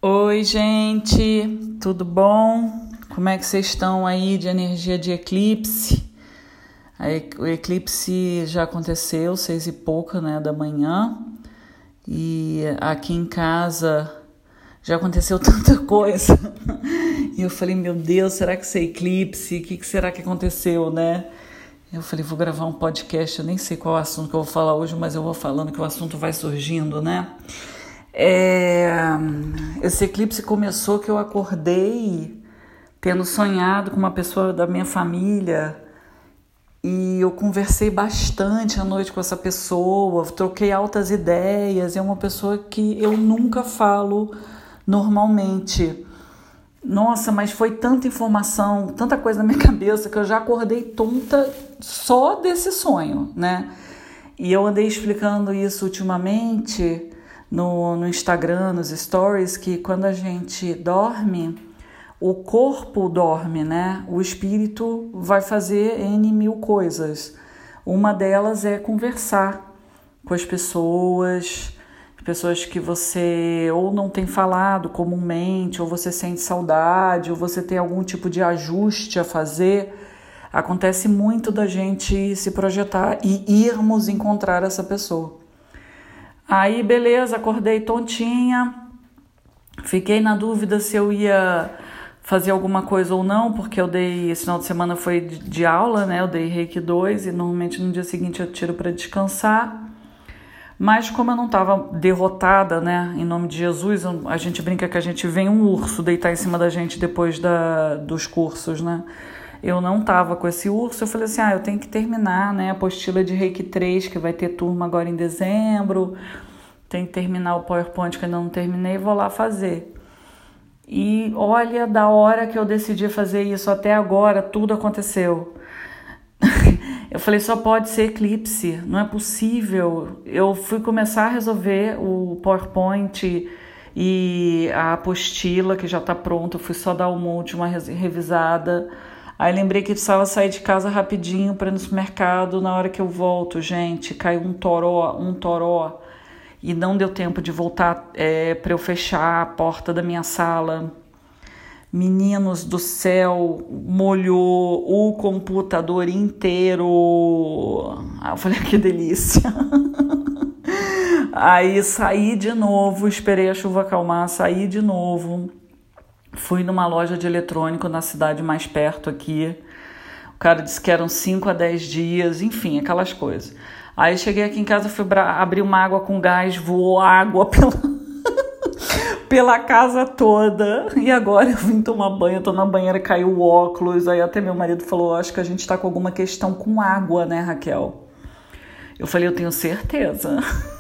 Oi, gente, tudo bom? Como é que vocês estão aí de energia de eclipse? O eclipse já aconteceu, 6 e pouca, né, da manhã, e aqui em casa já aconteceu tanta coisa. E eu falei, meu Deus, será que isso é eclipse? O que será que aconteceu, né? Eu falei, vou gravar um podcast, eu nem sei qual é o assunto que eu vou falar hoje, mas eu vou falando que o assunto vai surgindo, né? Esse eclipse começou que eu acordei tendo sonhado com uma pessoa da minha família e eu conversei bastante à noite com essa pessoa, troquei altas ideias. É uma pessoa que eu nunca falo normalmente. Nossa, mas foi tanta informação, tanta coisa na minha cabeça que eu já acordei tonta só desse sonho, né? E eu andei explicando isso ultimamente no Instagram, nos stories, que quando a gente dorme, o corpo dorme, né? O espírito vai fazer N mil coisas. Uma delas é conversar com as pessoas que você ou não tem falado comumente, ou você sente saudade, ou você tem algum tipo de ajuste a fazer. Acontece muito da gente se projetar e irmos encontrar essa pessoa. Aí, beleza, acordei tontinha, fiquei na dúvida se eu ia fazer alguma coisa ou não, porque esse final de semana foi de aula, né? Eu dei Reiki 2 e normalmente no dia seguinte eu tiro para descansar. Mas como eu não estava derrotada, né? Em nome de Jesus, a gente brinca que a gente vem um urso deitar em cima da gente depois dos cursos, né? Eu não estava com esse urso, eu falei assim, eu tenho que terminar, né, a apostila de Reiki 3, que vai ter turma agora em dezembro, tenho que terminar o PowerPoint que ainda não terminei, vou lá fazer. E olha, da hora que eu decidi fazer isso até agora, tudo aconteceu. Eu falei, só pode ser eclipse, não é possível. Eu fui começar a resolver o PowerPoint e a apostila, que já está pronta, eu fui só dar uma última revisada. Aí lembrei que precisava sair de casa rapidinho para ir no supermercado. Na hora que eu volto, gente, caiu um toró, e não deu tempo de voltar para eu fechar a porta da minha sala. Meninos do céu, molhou o computador inteiro. Eu falei, que delícia. Aí saí de novo, esperei a chuva acalmar, saí de novo. Fui numa loja de eletrônico na cidade mais perto aqui. O cara disse que eram 5 a 10 dias, enfim, aquelas coisas. Aí cheguei aqui em casa, fui abrir uma água com gás, voou água pela casa toda. E agora eu vim tomar banho, eu tô na banheira, caiu o óculos. Aí até meu marido falou, acho que a gente tá com alguma questão com água, né, Raquel? Eu falei, eu tenho certeza.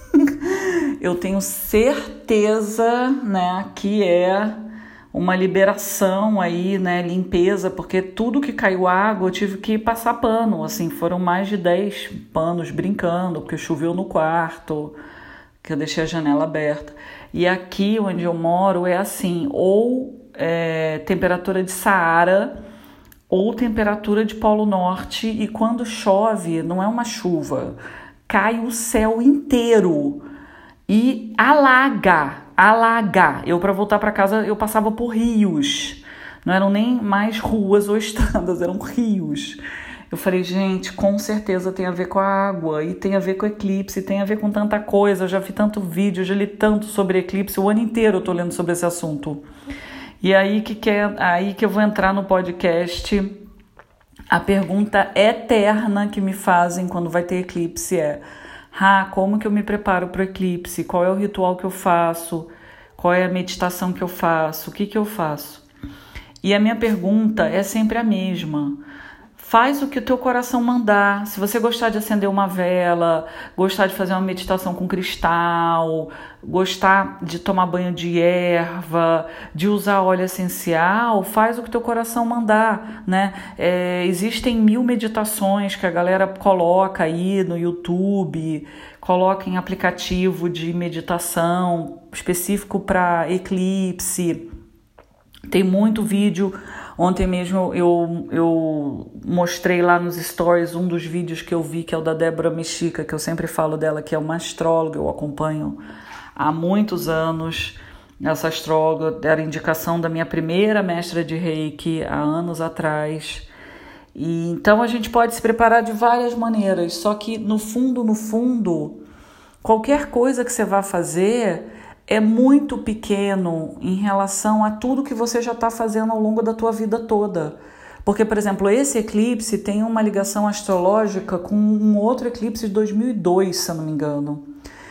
Eu tenho certeza, né, que é uma liberação aí, né, limpeza, porque tudo que caiu água eu tive que passar pano, assim, foram mais de 10 panos brincando, porque choveu no quarto, que eu deixei a janela aberta. E aqui onde eu moro é assim, ou temperatura de Saara, ou temperatura de Polo Norte, e quando chove, não é uma chuva, cai o céu inteiro e alaga. Eu, para voltar para casa, eu passava por rios. Não eram nem mais ruas ou estradas, eram rios. Eu falei, gente, com certeza tem a ver com a água, e tem a ver com o eclipse, tem a ver com tanta coisa. Eu já vi tanto vídeo, já li tanto sobre eclipse, o ano inteiro eu tô lendo sobre esse assunto. E aí que eu vou entrar no podcast. A pergunta eterna que me fazem quando vai ter eclipse é: como que eu me preparo para o eclipse? Qual é o ritual que eu faço? Qual é a meditação que eu faço? O que eu faço? E a minha pergunta é sempre a mesma. Faz o que o teu coração mandar. Se você gostar de acender uma vela, gostar de fazer uma meditação com cristal, gostar de tomar banho de erva, de usar óleo essencial, faz o que teu coração mandar, né? Existem 1000 meditações que a galera coloca aí no YouTube, coloca em aplicativo de meditação específico para eclipse. Tem muito vídeo. Ontem mesmo eu mostrei lá nos stories um dos vídeos que eu vi, que é o da Débora Mexica, que eu sempre falo dela, que é uma astróloga, eu acompanho há muitos anos. Essa astróloga era indicação da minha primeira mestra de Reiki há anos atrás. E então a gente pode se preparar de várias maneiras, só que no fundo, qualquer coisa que você vá fazer é muito pequeno em relação a tudo que você já está fazendo ao longo da tua vida toda. Porque, por exemplo, esse eclipse tem uma ligação astrológica com um outro eclipse de 2002, se eu não me engano.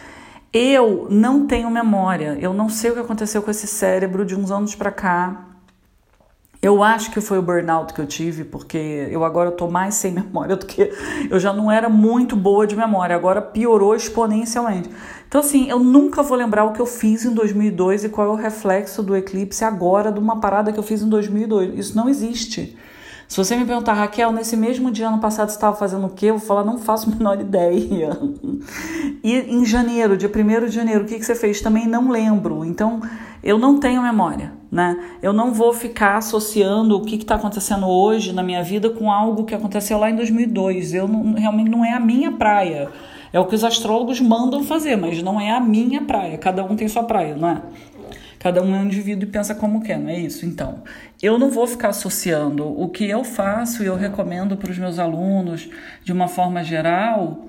Eu não tenho memória, eu não sei o que aconteceu com esse cérebro de uns anos para cá. Eu acho que foi o burnout que eu tive, porque eu agora estou mais sem memória do que... Eu já não era muito boa de memória, agora piorou exponencialmente. Então, assim, eu nunca vou lembrar o que eu fiz em 2002 e qual é o reflexo do eclipse agora de uma parada que eu fiz em 2002. Isso não existe. Se você me perguntar, Raquel, nesse mesmo dia ano passado você estava fazendo o quê? Eu vou falar, não faço a menor ideia. E em janeiro, dia 1º de janeiro, o que você fez? Também não lembro. Então, eu não tenho memória, né? Eu não vou ficar associando o que está acontecendo hoje na minha vida com algo que aconteceu lá em 2002. Realmente não é a minha praia. É o que os astrólogos mandam fazer, mas não é a minha praia. Cada um tem sua praia, não é? Cada um é um indivíduo e pensa como quer, não é isso? Então, eu não vou ficar associando. O que eu faço e eu recomendo para os meus alunos, de uma forma geral,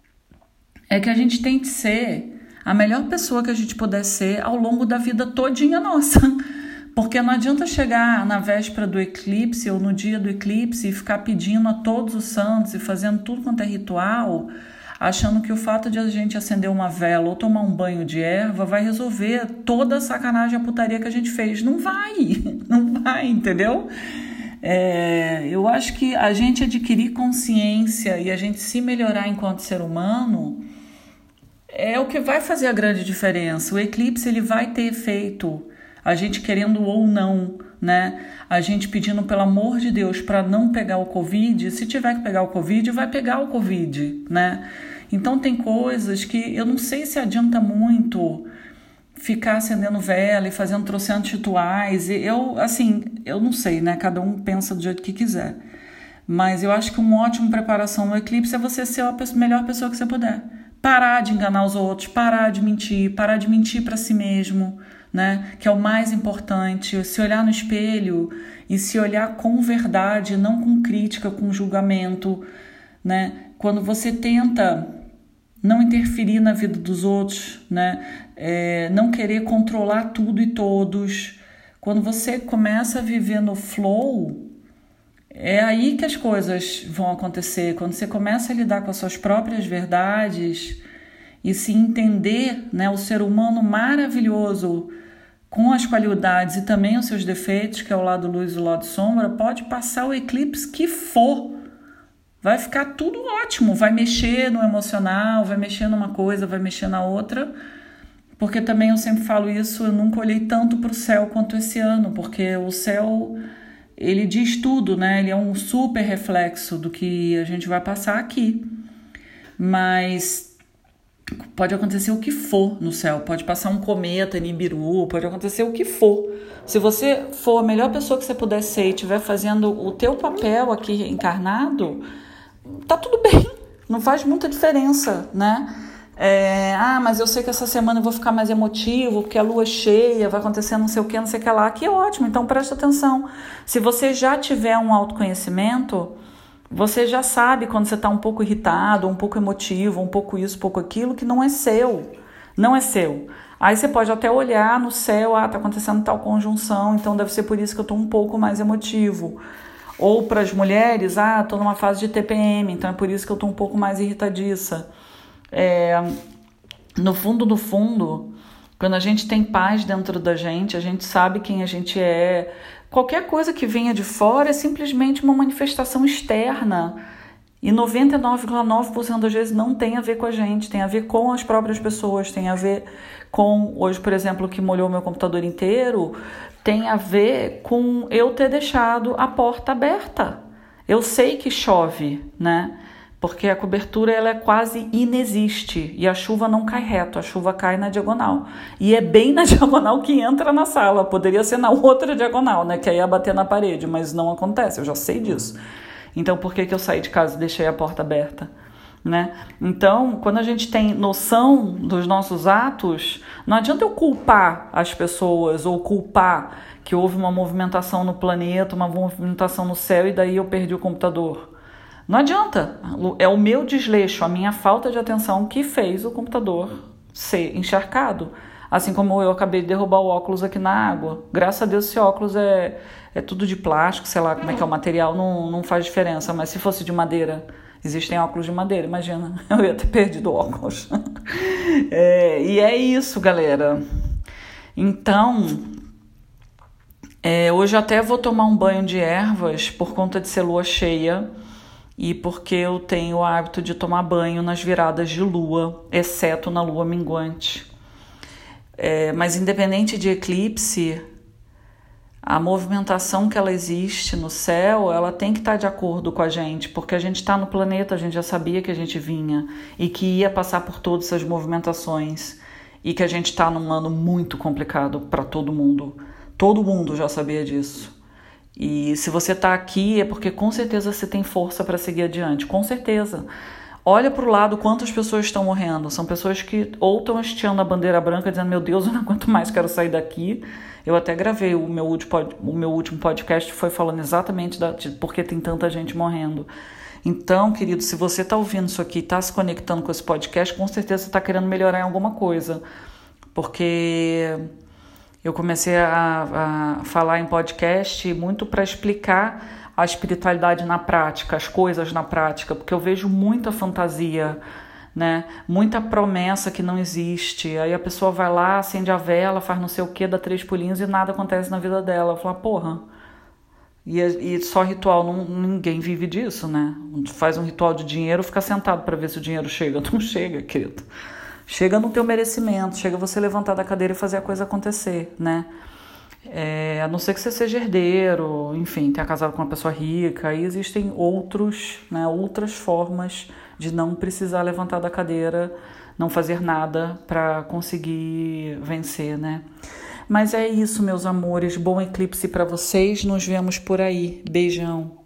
é que a gente tente ser a melhor pessoa que a gente puder ser ao longo da vida todinha nossa. Porque não adianta chegar na véspera do eclipse ou no dia do eclipse e ficar pedindo a todos os santos e fazendo tudo quanto é ritual, achando que o fato de a gente acender uma vela ou tomar um banho de erva vai resolver toda a sacanagem e a putaria que a gente fez. Não vai, entendeu? Eu acho que a gente adquirir consciência e a gente se melhorar enquanto ser humano é o que vai fazer a grande diferença. O eclipse ele vai ter efeito, a gente querendo ou não, né? A gente pedindo pelo amor de Deus para não pegar o Covid, se tiver que pegar o Covid, vai pegar o Covid, né? Então tem coisas que eu não sei se adianta muito ficar acendendo vela e fazendo trocentos rituais. Eu não sei, né? Cada um pensa do jeito que quiser. Mas eu acho que uma ótima preparação no eclipse é você ser a melhor pessoa que você puder. Parar de enganar os outros, parar de mentir para si mesmo, né? Que é o mais importante. Se olhar no espelho e se olhar com verdade, não com crítica, com julgamento, né? Quando você tenta não interferir na vida dos outros, né? Não querer controlar tudo e todos. Quando você começa a viver no flow, é aí que as coisas vão acontecer. Quando você começa a lidar com as suas próprias verdades e se entender, né, o ser humano maravilhoso com as qualidades e também os seus defeitos, que é o lado luz e o lado sombra, pode passar o eclipse que for. Vai ficar tudo ótimo, vai mexer no emocional, vai mexer numa coisa, vai mexer na outra, porque também eu sempre falo isso, eu nunca olhei tanto para o céu quanto esse ano, porque o céu, ele diz tudo, né? Ele é um super reflexo do que a gente vai passar aqui, mas pode acontecer o que for no céu, pode passar um cometa, Nibiru, pode acontecer o que for. Se você for a melhor pessoa que você puder ser e estiver fazendo o teu papel aqui encarnado, tá tudo bem, não faz muita diferença, né? Mas eu sei que essa semana eu vou ficar mais emotivo, porque a lua é cheia, vai acontecer não sei o que lá, que ótimo, então presta atenção. Se você já tiver um autoconhecimento, você já sabe quando você está um pouco irritado, um pouco emotivo, um pouco isso, um pouco aquilo, que não é seu, não é seu. Aí você pode até olhar no céu, tá acontecendo tal conjunção, então deve ser por isso que eu estou um pouco mais emotivo. Ou para as mulheres, estou numa fase de TPM, então é por isso que eu estou um pouco mais irritadiça. No fundo, quando a gente tem paz dentro da gente, a gente sabe quem a gente é. Qualquer coisa que venha de fora é simplesmente uma manifestação externa. E 99,9% das vezes não tem a ver com a gente, tem a ver com as próprias pessoas, tem a ver com, hoje, por exemplo, que molhou meu computador inteiro, tem a ver com eu ter deixado a porta aberta. Eu sei que chove, né? Porque a cobertura ela é quase inexiste e a chuva não cai reto, a chuva cai na diagonal. E é bem na diagonal que entra na sala, poderia ser na outra diagonal, né? Que aí ia bater na parede, mas não acontece, eu já sei disso. Então por que eu saí de casa e deixei a porta aberta? né? Então, quando a gente tem noção dos nossos atos, não adianta eu culpar as pessoas ou culpar que houve uma movimentação no planeta, uma movimentação no céu e daí eu perdi o computador. Não adianta, é o meu desleixo, a minha falta de atenção que fez o computador ser encharcado. Assim como eu acabei de derrubar o óculos aqui na água. Graças a Deus esse óculos é tudo de plástico, sei lá como é que é o material, não faz diferença. Mas se fosse de madeira, existem óculos de madeira, imagina, eu ia ter perdido o óculos. E é isso, galera. Então, hoje até vou tomar um banho de ervas por conta de ser lua cheia. E porque eu tenho o hábito de tomar banho nas viradas de lua, exceto na lua minguante. Mas independente de eclipse, a movimentação que ela existe no céu, ela tem que estar de acordo com a gente, porque a gente está no planeta, a gente já sabia que a gente vinha e que ia passar por todas essas movimentações e que a gente está num ano muito complicado para todo mundo. Todo mundo já sabia disso. E se você está aqui é porque com certeza você tem força para seguir adiante, com certeza. Olha para o lado quantas pessoas estão morrendo. São pessoas que ou estão hasteando a bandeira branca dizendo, meu Deus, eu não aguento mais, quero sair daqui. Eu até gravei o meu último podcast, foi falando exatamente de por que tem tanta gente morrendo. Então, querido, se você está ouvindo isso aqui, está se conectando com esse podcast, com certeza você está querendo melhorar em alguma coisa. Porque eu comecei a falar em podcast muito para explicar a espiritualidade na prática, as coisas na prática, porque eu vejo muita fantasia, né? Muita promessa que não existe. Aí a pessoa vai lá, acende a vela, faz não sei o que, dá 3 pulinhos e nada acontece na vida dela. Eu falo, porra. E só ritual, ninguém vive disso, né? Faz um ritual de dinheiro, fica sentado para ver se o dinheiro chega. Não chega, querido. Chega no teu merecimento, chega você levantar da cadeira e fazer a coisa acontecer, né? A não ser que você seja herdeiro, enfim, tenha casado com uma pessoa rica, aí existem outras formas de não precisar levantar da cadeira, não fazer nada para conseguir vencer, né? Mas é isso, meus amores, bom eclipse para vocês, nos vemos por aí, beijão.